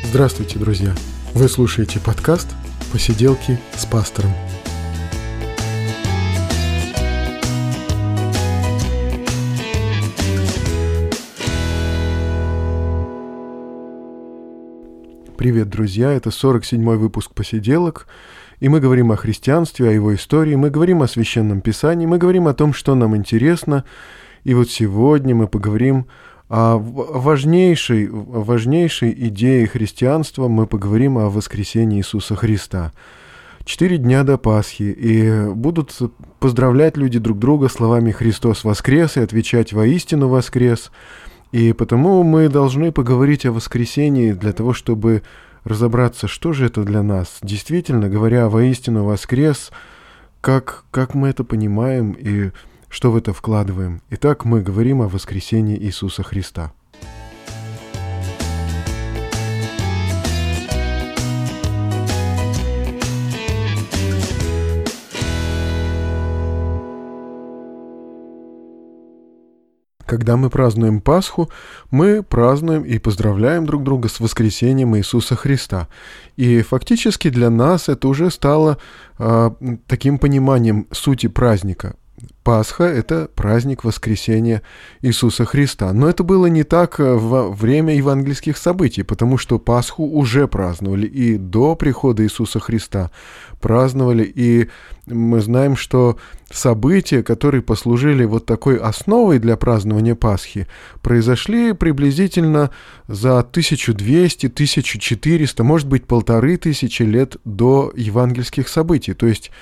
Здравствуйте, друзья! Вы слушаете подкаст «Посиделки с пастором». Привет, друзья! Это 47-й выпуск «Посиделок», и мы говорим о христианстве, о его истории, мы говорим о Священном Писании, мы говорим о том, что нам интересно, и вот сегодня мы поговорим о важнейшей идее христианства, мы поговорим о воскресении Иисуса Христа. 4 дня до Пасхи, и будут поздравлять люди друг друга словами «Христос воскрес» и отвечать «Воистину воскрес». И потому мы должны поговорить о воскресении для того, чтобы разобраться, что же это для нас. Действительно, говоря «Воистину воскрес», как мы это понимаем и что в это вкладываем. Итак, мы говорим о воскресении Иисуса Христа. Когда мы празднуем Пасху, мы празднуем и поздравляем друг друга с воскресением Иисуса Христа. И фактически для нас это уже стало таким пониманием сути праздника. Пасха – это праздник воскресения Иисуса Христа. Но это было не так во время евангельских событий, потому что Пасху уже праздновали и до прихода Иисуса Христа праздновали. И мы знаем, что события, которые послужили вот такой основой для празднования Пасхи, произошли приблизительно за 1200, 1400, может быть, 1500 лет до евангельских событий, то есть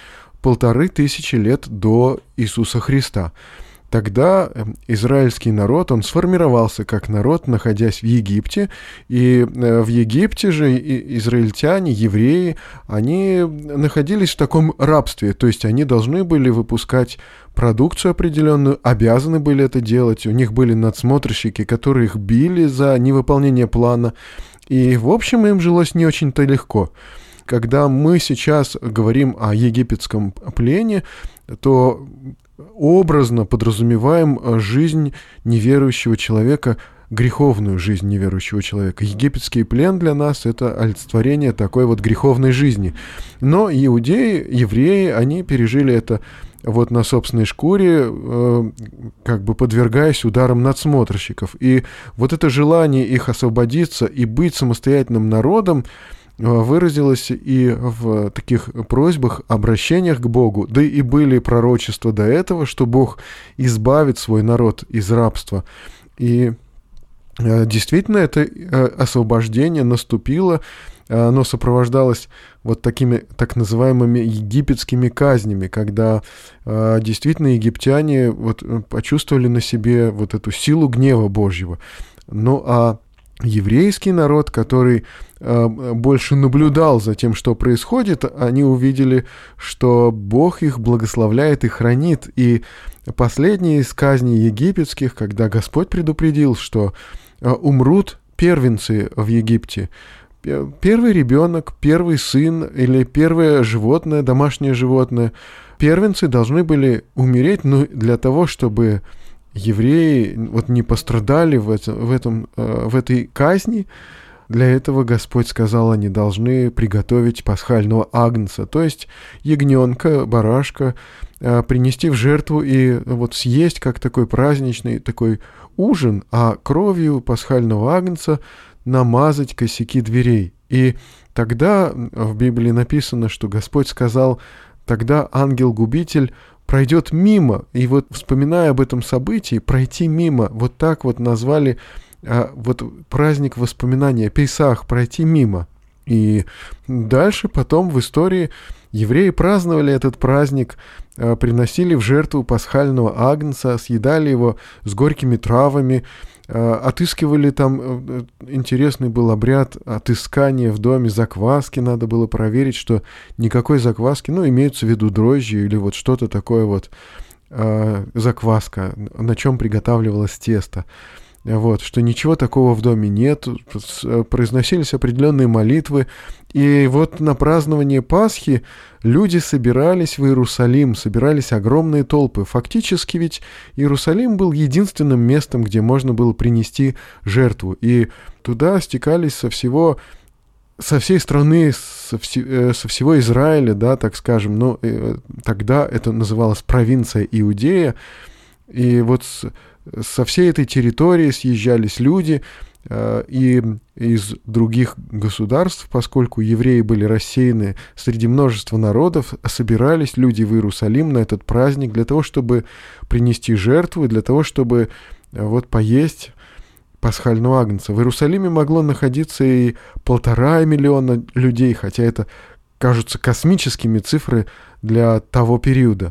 1500 лет до Иисуса Христа. Тогда израильский народ, он сформировался как народ, находясь в Египте, и в Египте же израильтяне, евреи, они находились в таком рабстве, то есть они должны были выпускать продукцию определенную, обязаны были это делать, у них были надсмотрщики, которые их били за невыполнение плана, и в общем им жилось не очень-то легко. Когда мы сейчас говорим о египетском плене, то образно подразумеваем жизнь неверующего человека, греховную жизнь неверующего человека. Египетский плен для нас – это олицетворение такой вот греховной жизни. Но иудеи, евреи, они пережили это вот на собственной шкуре, как бы подвергаясь ударам надсмотрщиков. И вот это желание их освободиться и быть самостоятельным народом выразилось и в таких просьбах, обращениях к Богу, да и были пророчества до этого, что Бог избавит свой народ из рабства. И действительно это освобождение наступило, оно сопровождалось вот такими так называемыми египетскими казнями, когда действительно египтяне вот почувствовали на себе вот эту силу гнева Божьего. Ну а еврейский народ, который больше наблюдал за тем, что происходит, они увидели, что Бог их благословляет и хранит. И последние из казней египетских, когда Господь предупредил, что умрут первенцы в Египте, первый ребенок, первый сын или первое животное, домашнее животное, первенцы должны были умереть, но для того, чтобы евреи вот не пострадали в этой казни. Для этого Господь сказал, они должны приготовить пасхального агнца, то есть ягненка, барашка, принести в жертву и вот съесть как такой праздничный такой ужин, а кровью пасхального агнца намазать косяки дверей. И тогда в Библии написано, что Господь сказал, тогда ангел-губитель пройдет мимо. И вот, вспоминая об этом событии, пройти мимо, вот так вот назвали вот праздник воспоминания, Песах, пройти мимо. И дальше потом в истории евреи праздновали этот праздник, приносили в жертву пасхального агнца, съедали его с горькими травами, отыскивали там, интересный был обряд отыскания в доме закваски, надо было проверить, что никакой закваски, имеются в виду дрожжи или вот что-то такое вот, закваска, на чем приготавливалось тесто. Вот, что ничего такого в доме нет, произносились определенные молитвы, и вот на празднование Пасхи люди собирались в Иерусалим, собирались огромные толпы. Фактически ведь Иерусалим был единственным местом, где можно было принести жертву, и туда стекались со всего со всей страны, со всего Израиля, да, так скажем, но тогда это называлось провинция Иудея, и вот со всей этой территории съезжались люди, и из других государств, поскольку евреи были рассеяны среди множества народов, собирались люди в Иерусалим на этот праздник для того, чтобы принести жертву, для того, чтобы вот поесть пасхального агнца. В Иерусалиме могло находиться и 1,5 миллиона людей, хотя это кажутся космическими цифры для того периода.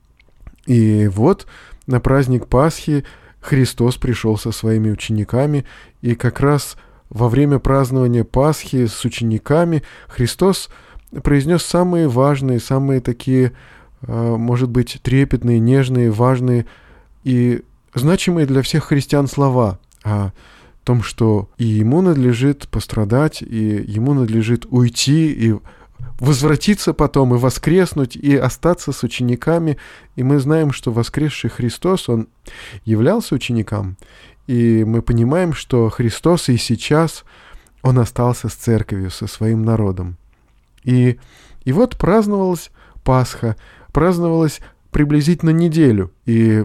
И вот на праздник Пасхи Христос пришел со своими учениками, и как раз во время празднования Пасхи с учениками Христос произнес самые важные, самые такие, может быть, трепетные, нежные, важные и значимые для всех христиан слова о том, что и ему надлежит пострадать, и ему надлежит уйти, и возвратиться потом, и воскреснуть, и остаться с учениками. И мы знаем, что воскресший Христос, Он являлся ученикам, и мы понимаем, что Христос и сейчас, Он остался с церковью, со своим народом. И вот праздновалась Пасха, праздновалась приблизительно неделю, и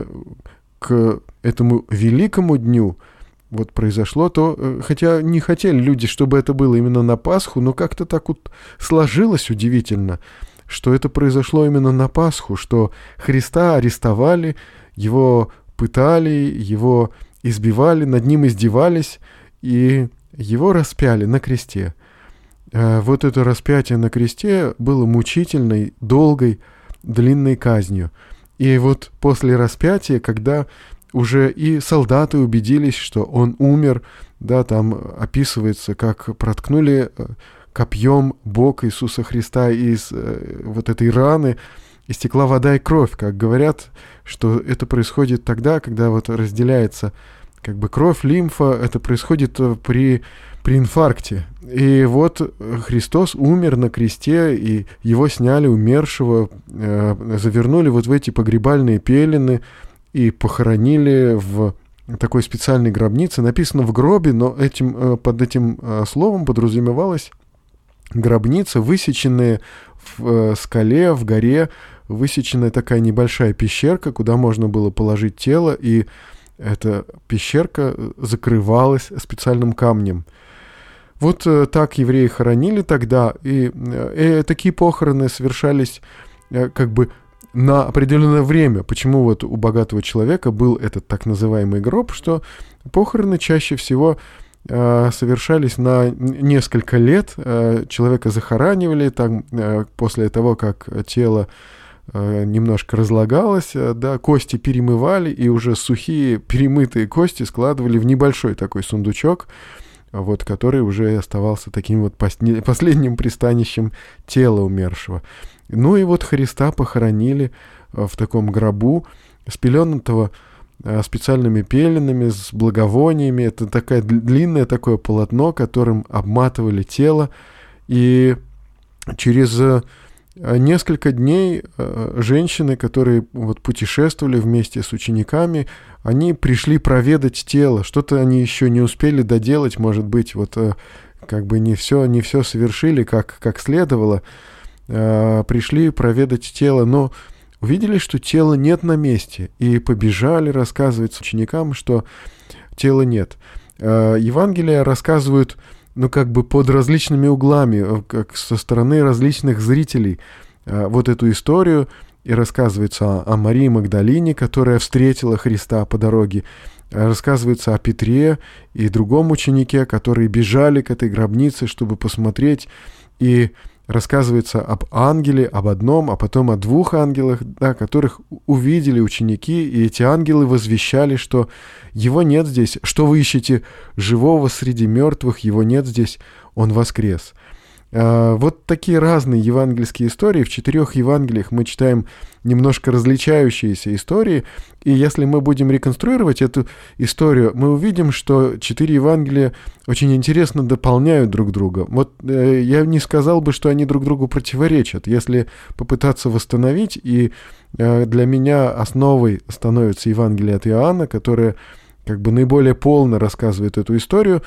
к этому великому дню вот произошло то, хотя не хотели люди, чтобы это было именно на Пасху, но как-то так вот сложилось удивительно, что это произошло именно на Пасху, что Христа арестовали, его пытали, его избивали, над ним издевались, и его распяли на кресте. Вот это распятие на кресте было мучительной, долгой, длинной казнью. И вот после распятия, когда уже и солдаты убедились, что он умер, да, там описывается, как проткнули копьем бок Иисуса Христа, и из вот этой раны истекла вода и кровь, как говорят, что это происходит тогда, когда вот разделяется как бы кровь, лимфа, это происходит при инфаркте. И вот Христос умер на кресте, и его сняли умершего, завернули вот в эти погребальные пелены и похоронили в такой специальной гробнице. Написано в гробе, но под этим словом подразумевалась гробница, высеченная в скале, в горе, высеченная такая небольшая пещерка, куда можно было положить тело, и эта пещерка закрывалась специальным камнем. Вот так евреи хоронили тогда, и такие похороны совершались как бы на определенное время. Почему вот у богатого человека был этот так называемый гроб, что похороны чаще всего совершались на несколько лет. Человека захоранивали там, после того, как тело немножко разлагалось, да, кости перемывали, и уже сухие перемытые кости складывали в небольшой такой сундучок, вот, который уже оставался таким вот последним пристанищем тела умершего. Ну и вот Христа похоронили в таком гробу, спеленутого специальными пеленами, с благовониями. Это такое длинное такое полотно, которым обматывали тело. И через несколько дней женщины, которые вот путешествовали вместе с учениками, они пришли проведать тело. Что-то они еще не успели доделать, может быть, вот как бы не все совершили, как следовало. Пришли проведать тело, но увидели, что тела нет на месте, и побежали рассказывать ученикам, что тела нет. Евангелия рассказывают, ну, как бы под различными углами, как со стороны различных зрителей, вот эту историю, и рассказывается о Марии Магдалине, которая встретила Христа по дороге, рассказывается о Петре и другом ученике, которые бежали к этой гробнице, чтобы посмотреть, и рассказывается об ангеле, об одном, а потом о двух ангелах, да, которых увидели ученики, и эти ангелы возвещали, что его нет здесь, что вы ищете живого среди мертвых, его нет здесь, он воскрес. Вот такие разные евангельские истории. В 4 Евангелиях мы читаем немножко различающиеся истории, и если мы будем реконструировать эту историю, мы увидим, что 4 Евангелия очень интересно дополняют друг друга. Вот я не сказал бы, что они друг другу противоречат. Если попытаться восстановить, и для меня основой становится Евангелие от Иоанна, которое как бы наиболее полно рассказывает эту историю,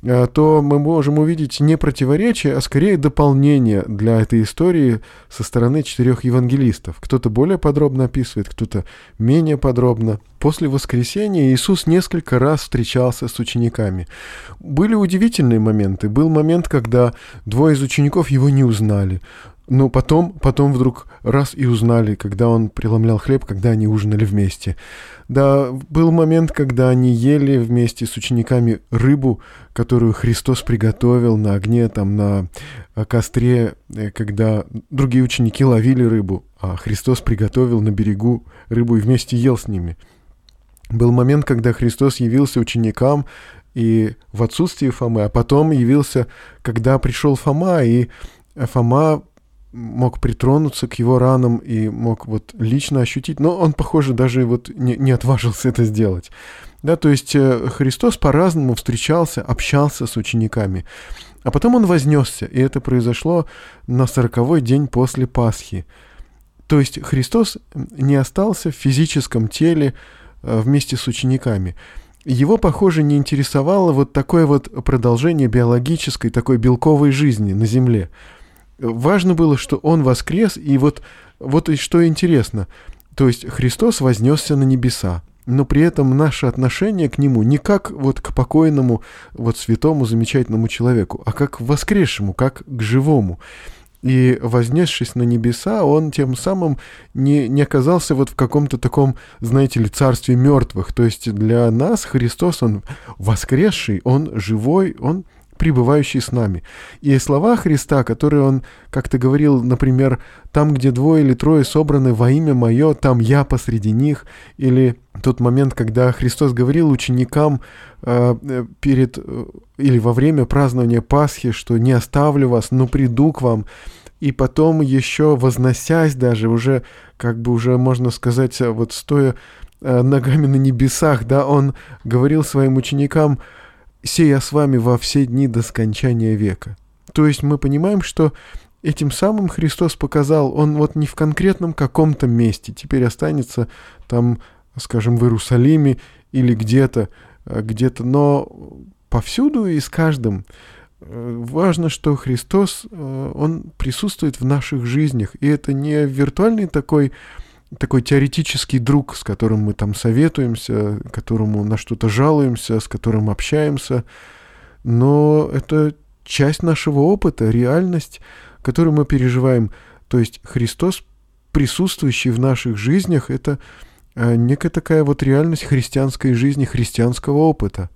то мы можем увидеть не противоречие, а скорее дополнение для этой истории со стороны 4 евангелистов. Кто-то более подробно описывает, кто-то менее подробно. После воскресения Иисус несколько раз встречался с учениками. Были удивительные моменты. Был момент, когда 2 из учеников его не узнали. Но потом вдруг раз и узнали, когда он преломлял хлеб, когда они ужинали вместе. Да, был момент, когда они ели вместе с учениками рыбу, которую Христос приготовил на огне, там на костре, когда другие ученики ловили рыбу, а Христос приготовил на берегу рыбу и вместе ел с ними. Был момент, когда Христос явился ученикам и в отсутствии Фомы, а потом явился, когда пришел Фома, и Фома мог притронуться к его ранам и мог вот лично ощутить, но он, похоже, даже вот не отважился это сделать. Да, то есть Христос по-разному встречался, общался с учениками. А потом он вознесся, и это произошло на 40-й день после Пасхи. То есть Христос не остался в физическом теле вместе с учениками. Его, похоже, не интересовало вот такое вот продолжение биологической, такой белковой жизни на земле. Важно было, что он воскрес, и вот и что интересно. То есть Христос вознесся на небеса, но при этом наше отношение к нему не как вот к покойному, вот святому, замечательному человеку, а как к воскресшему, как к живому. И вознесшись на небеса, он тем самым не оказался вот в каком-то таком, знаете ли, царстве мертвых. То есть для нас Христос, он воскресший, он живой, он пребывающий с нами. И слова Христа, которые он как-то говорил, например, «Там, где 2 или 3 собраны во имя Мое, там Я посреди них», или тот момент, когда Христос говорил ученикам или во время празднования Пасхи, что «Не оставлю вас, но приду к вам», и потом еще возносясь даже, уже, как бы уже можно сказать, вот стоя ногами на небесах, да, он говорил своим ученикам: «Се я с вами во все дни до скончания века». То есть мы понимаем, что этим самым Христос показал, он вот не в конкретном каком-то месте теперь останется там, скажем, в Иерусалиме или где-то, но повсюду и с каждым. Важно, что Христос, он присутствует в наших жизнях, и это не виртуальный такой теоретический друг, с которым мы там советуемся, которому на что-то жалуемся, с которым общаемся, но это часть нашего опыта, реальность, которую мы переживаем. То есть Христос, присутствующий в наших жизнях, это некая такая вот реальность христианской жизни, христианского опыта.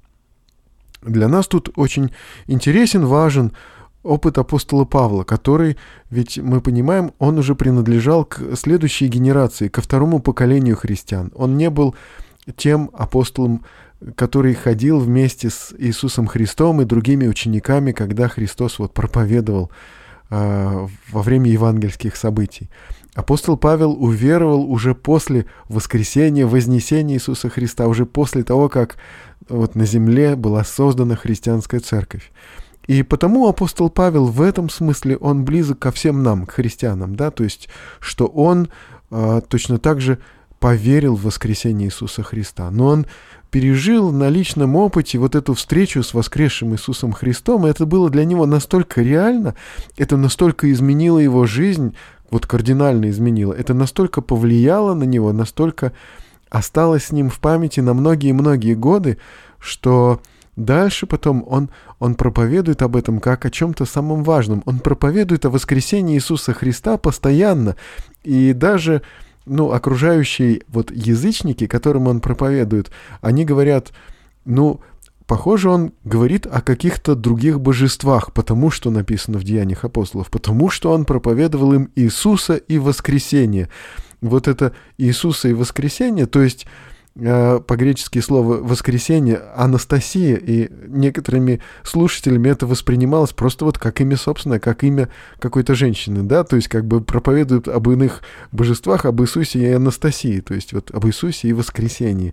Для нас тут очень интересен, важен опыт апостола Павла, который, ведь мы понимаем, он уже принадлежал к следующей генерации, ко 2-му поколению христиан. Он не был тем апостолом, который ходил вместе с Иисусом Христом и другими учениками, когда Христос вот проповедовал во время евангельских событий. Апостол Павел уверовал уже после воскресения, вознесения Иисуса Христа, уже после того, как вот на земле была создана христианская церковь. И потому апостол Павел в этом смысле, он близок ко всем нам, к христианам, да, то есть, что он точно так же поверил в воскресение Иисуса Христа, но он пережил на личном опыте вот эту встречу с воскресшим Иисусом Христом, и это было для него настолько реально, это настолько изменило его жизнь, вот кардинально изменило, это настолько повлияло на него, настолько осталось с ним в памяти на многие-многие годы, что дальше потом он проповедует об этом как о чем-то самом важном. Он проповедует о воскресении Иисуса Христа постоянно. И даже окружающие вот язычники, которым он проповедует, они говорят, похоже, он говорит о каких-то других божествах, потому что написано в Деяниях апостолов, потому что он проповедовал им Иисуса и воскресение. Вот это Иисуса и воскресение, то есть по-гречески слово «воскресение» «анастасия», и некоторыми слушателями это воспринималось просто вот как имя собственное, как имя какой-то женщины, да, то есть как бы проповедуют об иных божествах, об Иисусе и Анастасии, то есть вот об Иисусе и воскресении.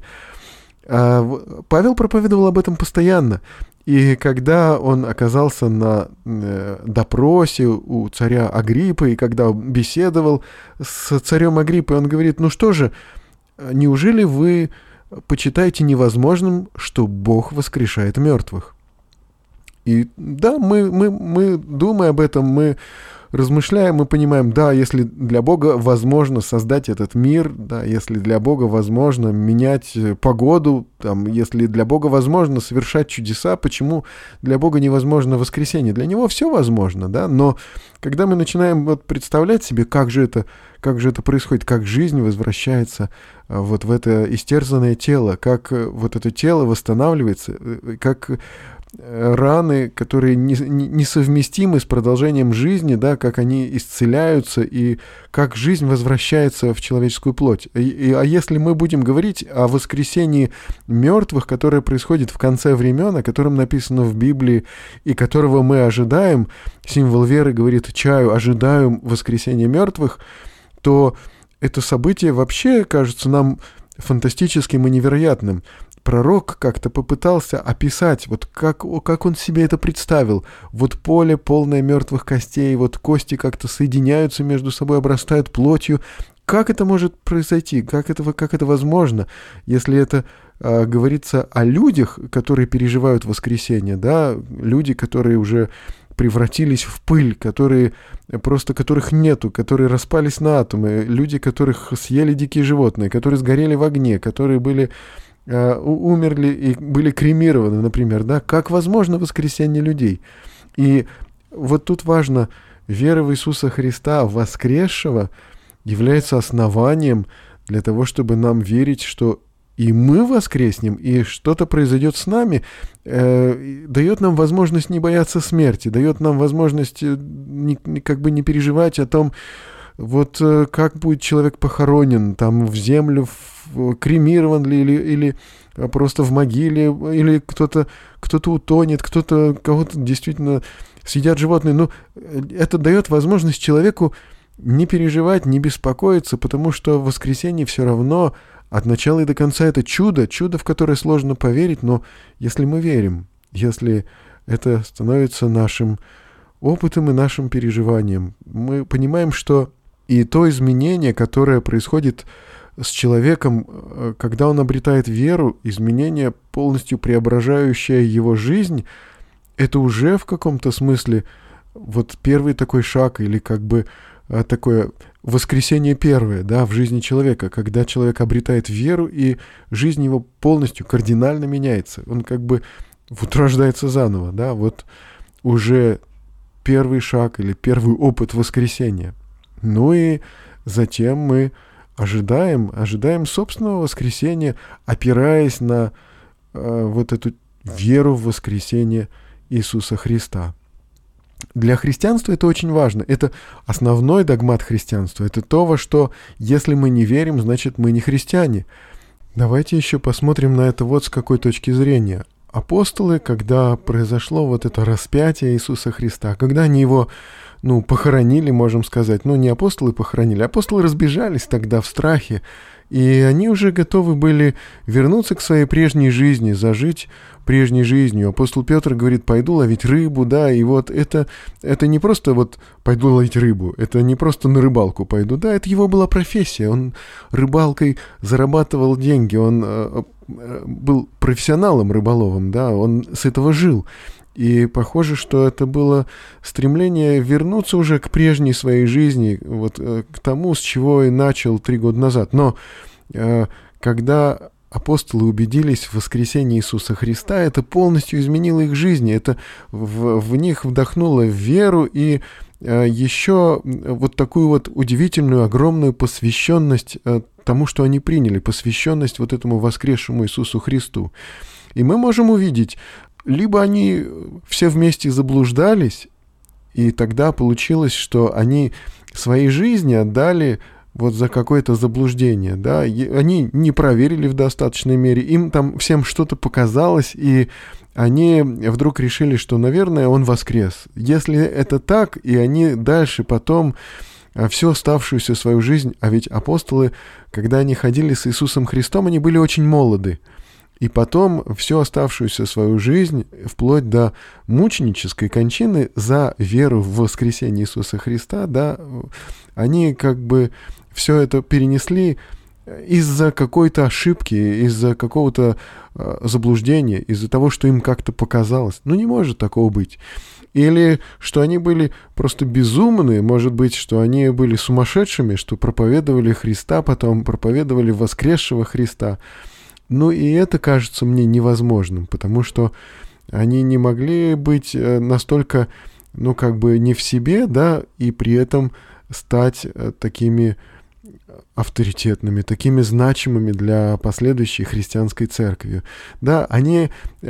Павел проповедовал об этом постоянно, и когда он оказался на допросе у царя Агриппы, и когда беседовал с царем Агриппой, он говорит, что же, неужели вы почитаете невозможным, что Бог воскрешает мертвых? И да, мы думая об этом, мы размышляем, мы понимаем, да, если для Бога возможно создать этот мир, да, если для Бога возможно менять погоду, там, если для Бога возможно совершать чудеса, почему для Бога невозможно воскресение? Для Него все возможно, да, но когда мы начинаем вот представлять себе, как же это происходит, как жизнь возвращается вот в это истерзанное тело, как вот это тело восстанавливается, как раны, которые несовместимы с продолжением жизни, да, как они исцеляются и как жизнь возвращается в человеческую плоть. А если мы будем говорить о воскресении мертвых, которое происходит в конце времен, о котором написано в Библии и которого мы ожидаем, символ веры говорит «чаю, ожидаю воскресения мертвых», то это событие вообще кажется нам фантастическим и невероятным. Пророк как-то попытался описать, вот как он себе это представил. Вот поле, полное мертвых костей, вот кости как-то соединяются между собой, обрастают плотью. Как это может произойти? Как это возможно, если это говорится о людях, которые переживают воскресение, да, люди, которые уже превратились в пыль, которых нету, которые распались на атомы, люди, которых съели дикие животные, которые сгорели в огне, которые умерли и были кремированы, например, да, как возможно воскресение людей. И вот тут важно, вера в Иисуса Христа, воскресшего, является основанием для того, чтобы нам верить, что и мы воскреснем, и что-то произойдет с нами, дает нам возможность не бояться смерти, дает нам возможность не переживать о том, вот как будет человек похоронен, там в землю кремирован ли или просто в могиле, или кто-то утонет, кого-то действительно съедят животные. Ну, это дает возможность человеку не переживать, не беспокоиться, потому что в воскресенье все равно от начала и до конца это чудо, в которое сложно поверить, но если мы верим, если это становится нашим опытом и нашим переживанием, мы понимаем, что и то изменение, которое происходит с человеком, когда он обретает веру, изменение, полностью преображающее его жизнь, это уже в каком-то смысле вот первый такой шаг или как бы такое воскресение первое, да, в жизни человека, когда человек обретает веру, и жизнь его полностью, кардинально меняется. Он как бы вот рождается заново, да, вот уже первый шаг или первый опыт воскресения. Ну и затем мы ожидаем собственного воскресения, опираясь на вот эту веру в воскресение Иисуса Христа. Для христианства это очень важно. Это основной догмат христианства. Это то, во что, если мы не верим, значит, мы не христиане. Давайте еще посмотрим на это вот с какой точки зрения. Апостолы, когда произошло вот это распятие Иисуса Христа, когда они его, похоронили, можем сказать, не апостолы похоронили, апостолы разбежались тогда в страхе, и они уже готовы были вернуться к своей прежней жизни, зажить прежней жизнью. Апостол Петр говорит, пойду ловить рыбу, да, и вот это не просто вот пойду ловить рыбу, это не просто на рыбалку пойду, да, это его была профессия, он рыбалкой зарабатывал деньги, он был профессионалом рыболовом, да, он с этого жил. И похоже, что это было стремление вернуться уже к прежней своей жизни, вот к тому, с чего и начал 3 года назад. Но когда апостолы убедились в воскресении Иисуса Христа, это полностью изменило их жизни, это в них вдохнуло веру и еще вот такую вот удивительную, огромную посвященность тому, что они приняли, посвященность вот этому воскресшему Иисусу Христу. И мы можем увидеть, либо они все вместе заблуждались, и тогда получилось, что они свои жизни отдали вот за какое-то заблуждение, да, они не проверили в достаточной мере, им там всем что-то показалось, и они вдруг решили, что, наверное, он воскрес. Если это так, и они дальше потом всю оставшуюся свою жизнь, а ведь апостолы, когда они ходили с Иисусом Христом, они были очень молоды. И потом всю оставшуюся свою жизнь, вплоть до мученической кончины за веру в воскресение Иисуса Христа, да, они как бы все это перенесли из-за какой-то ошибки, из-за какого-то заблуждения, из-за того, что им как-то показалось. Ну, не может такого быть. Или что они были просто безумные, может быть, что они были сумасшедшими, что проповедовали Христа, потом проповедовали воскресшего Христа. Ну, и это кажется мне невозможным, потому что они не могли быть настолько, ну, как бы не в себе, да, и при этом стать такими авторитетными, такими значимыми для последующей христианской церкви. Да, они,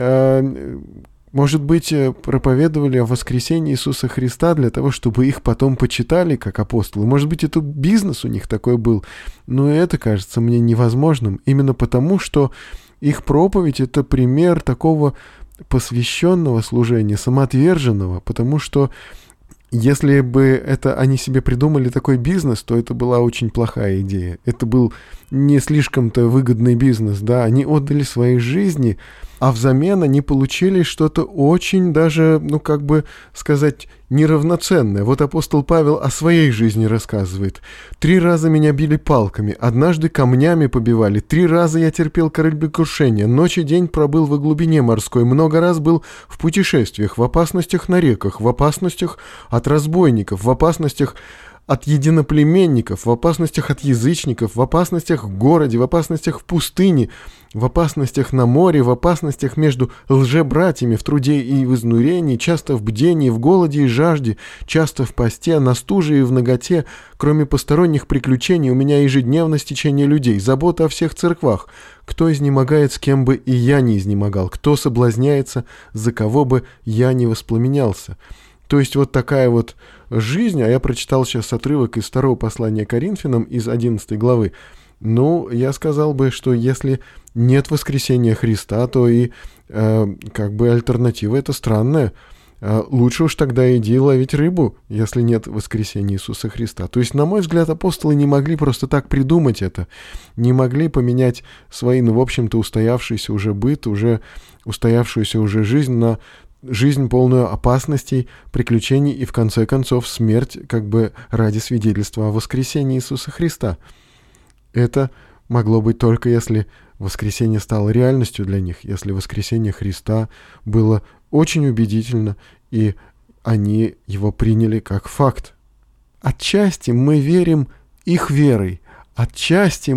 может быть, проповедовали о воскресении Иисуса Христа для того, чтобы их потом почитали как апостолы. Может быть, это бизнес у них такой был, но это кажется мне невозможным, именно потому, что их проповедь — это пример такого посвященного служения, самоотверженного, потому что если бы это они себе придумали такой бизнес, то это была очень плохая идея. Это был не слишком-то выгодный бизнес, да. Они отдали свои жизни, а взамен они получили что-то очень даже, ну, как бы сказать, неравноценное. Вот апостол Павел о своей жизни рассказывает. 3 раза меня били палками, однажды камнями побивали, 3 раза я терпел кораблекрушение, ночь и день пробыл во глубине морской, много раз был в путешествиях, в опасностях на реках, в опасностях от разбойников, в опасностях от единоплеменников, в опасностях от язычников, в опасностях в городе, в опасностях в пустыне, в опасностях на море, в опасностях между лжебратьями, в труде и в изнурении, часто в бдении, в голоде и жажде, часто в посте, на стуже и в наготе. Кроме посторонних приключений у меня ежедневно стечение людей, забота о всех церквах. Кто изнемогает, с кем бы и я не изнемогал, кто соблазняется, за кого бы я не воспламенялся. То есть вот такая вот жизнь, а я прочитал сейчас отрывок из 2 послания Коринфянам из 11 главы. Ну, я сказал бы, что если нет воскресения Христа, то и как бы альтернатива это странная. Лучше уж тогда иди ловить рыбу, если нет воскресения Иисуса Христа. То есть, на мой взгляд, апостолы не могли просто так придумать это, не могли поменять свои, ну, в общем-то, устоявшийся уже быт, уже устоявшуюся уже жизнь на жизнь, полную опасностей, приключений и, в конце концов, смерть как бы ради свидетельства о воскресении Иисуса Христа. Это могло быть только если воскресение стало реальностью для них, если воскресение Христа было очень убедительно, и они его приняли как факт. Отчасти мы верим их верой, отчасти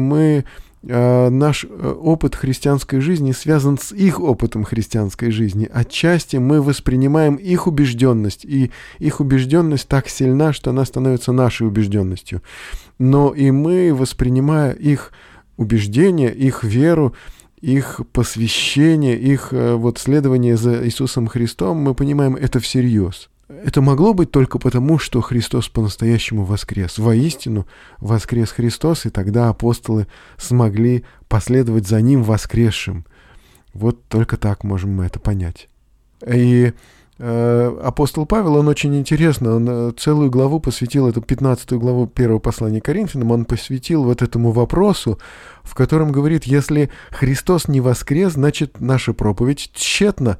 наш опыт христианской жизни связан с их опытом христианской жизни. Отчасти мы воспринимаем их убежденность, и их убежденность так сильна, что она становится нашей убежденностью. Но и мы, воспринимая их убеждения, их веру, их посвящение, их вот следование за Иисусом Христом, мы понимаем это всерьез. Это могло быть только потому, что Христос по-настоящему воскрес. Воистину воскрес Христос, и тогда апостолы смогли последовать за Ним воскресшим. Вот только так можем мы это понять. И апостол Павел, он очень интересно, он целую главу посвятил, эту 15 главу 1 послания Коринфянам, он посвятил вот этому вопросу, в котором говорит, если Христос не воскрес, значит наша проповедь тщетна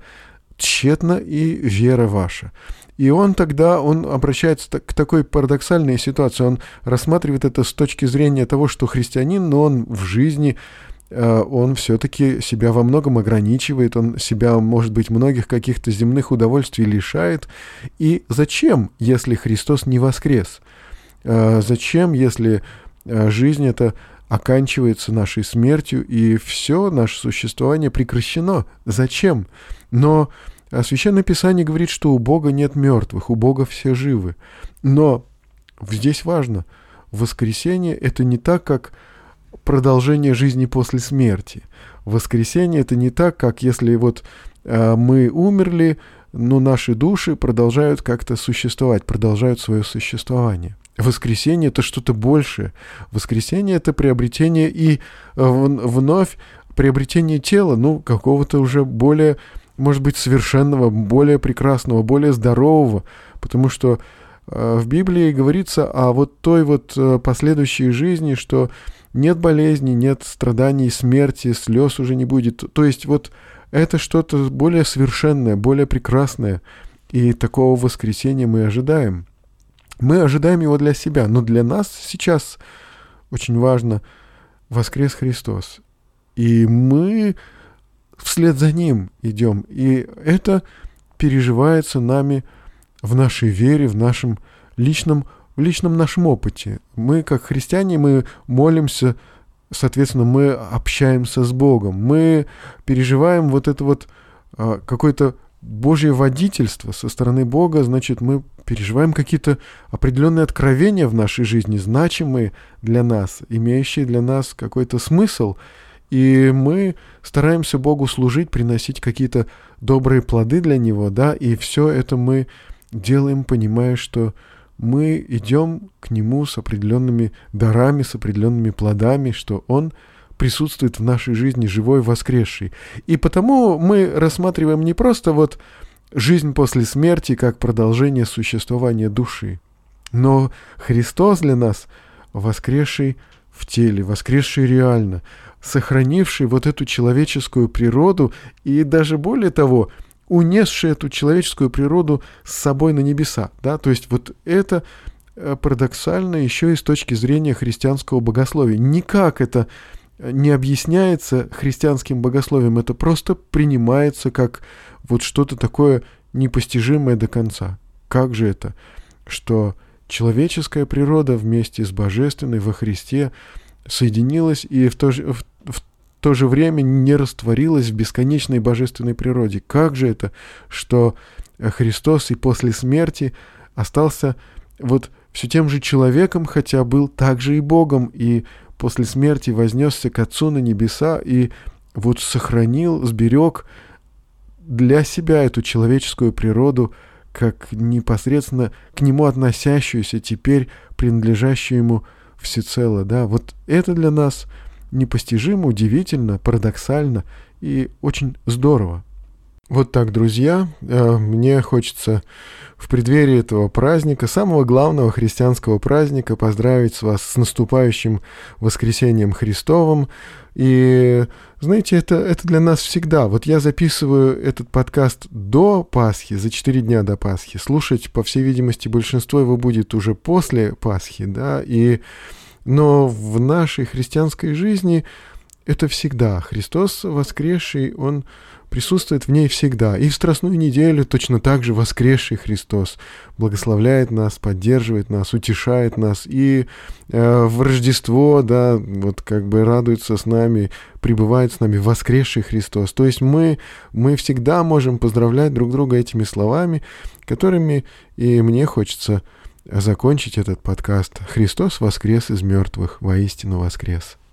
и вера ваша. И он обращается к такой парадоксальной ситуации. Он рассматривает это с точки зрения того, что христианин, но он в жизни, он все-таки себя во многом ограничивает, он себя, может быть, многих каких-то земных удовольствий лишает. И зачем, если Христос не воскрес? Зачем, если жизнь эта оканчивается нашей смертью, и все наше существование прекращено? Зачем? Но Священное Писание говорит, что у Бога нет мертвых, у Бога все живы. Но здесь важно, воскресение — это не так, как продолжение жизни после смерти. Воскресение — это не так, как если вот мы умерли, но наши души продолжают как-то существовать, продолжают свое существование. Воскресение — это что-то большее. Воскресение — это приобретение и вновь приобретение тела, ну, какого-то уже более, может быть, совершенного, более прекрасного, более здорового, потому что в Библии говорится о вот той вот последующей жизни, что нет болезней, нет страданий, смерти, слез уже не будет. То есть вот это что-то более совершенное, более прекрасное, и такого воскресения мы ожидаем. Мы ожидаем его для себя, но для нас сейчас очень важно воскрес Христос. И мы вслед за Ним идем. И это переживается нами в нашей вере, в нашем личном нашем опыте. Мы, как христиане, мы молимся, соответственно, мы общаемся с Богом. Мы переживаем вот это вот какое-то Божье водительство со стороны Бога, значит, мы переживаем какие-то определенные откровения в нашей жизни, значимые для нас, имеющие для нас какой-то смысл. И мы стараемся Богу служить, приносить какие-то добрые плоды для Него, да, и все это мы делаем, понимая, что мы идем к Нему с определенными дарами, с определенными плодами, что Он присутствует в нашей жизни живой, воскресший. И потому мы рассматриваем не просто вот жизнь после смерти как продолжение существования души, но Христос для нас воскресший в теле, воскресший реально, сохранивший вот эту человеческую природу и даже более того, унесший эту человеческую природу с собой на небеса. Да? То есть вот это парадоксально еще и с точки зрения христианского богословия. Никак это не объясняется христианским богословием, это просто принимается как вот что-то такое непостижимое до конца. Как же это? Что человеческая природа вместе с божественной во Христе соединилась и в то же время не растворилась в бесконечной божественной природе. Как же это, что Христос и после смерти остался вот все тем же человеком, хотя был также и Богом, и после смерти вознесся к Отцу на небеса и вот сохранил, сберег для себя эту человеческую природу, как непосредственно к Нему относящуюся, теперь принадлежащую Ему всецело. Да? Вот это для нас непостижимо, удивительно, парадоксально и очень здорово. Вот так, друзья, мне хочется в преддверии этого праздника, самого главного христианского праздника, поздравить вас с наступающим воскресением Христовым. И, знаете, это для нас всегда. Вот я записываю этот подкаст до Пасхи, за 4 дня до Пасхи. Слушать, по всей видимости, большинство его будет уже после Пасхи, да, но в нашей христианской жизни это всегда. Христос воскресший, Он присутствует в ней всегда. И в Страстную неделю точно так же воскресший Христос благословляет нас, поддерживает нас, утешает нас. И в Рождество, да, вот как бы радуется с нами, пребывает с нами воскресший Христос. То есть мы всегда можем поздравлять друг друга этими словами, которыми и мне хочется закончить этот подкаст. Христос воскрес из мертвых, воистину воскрес.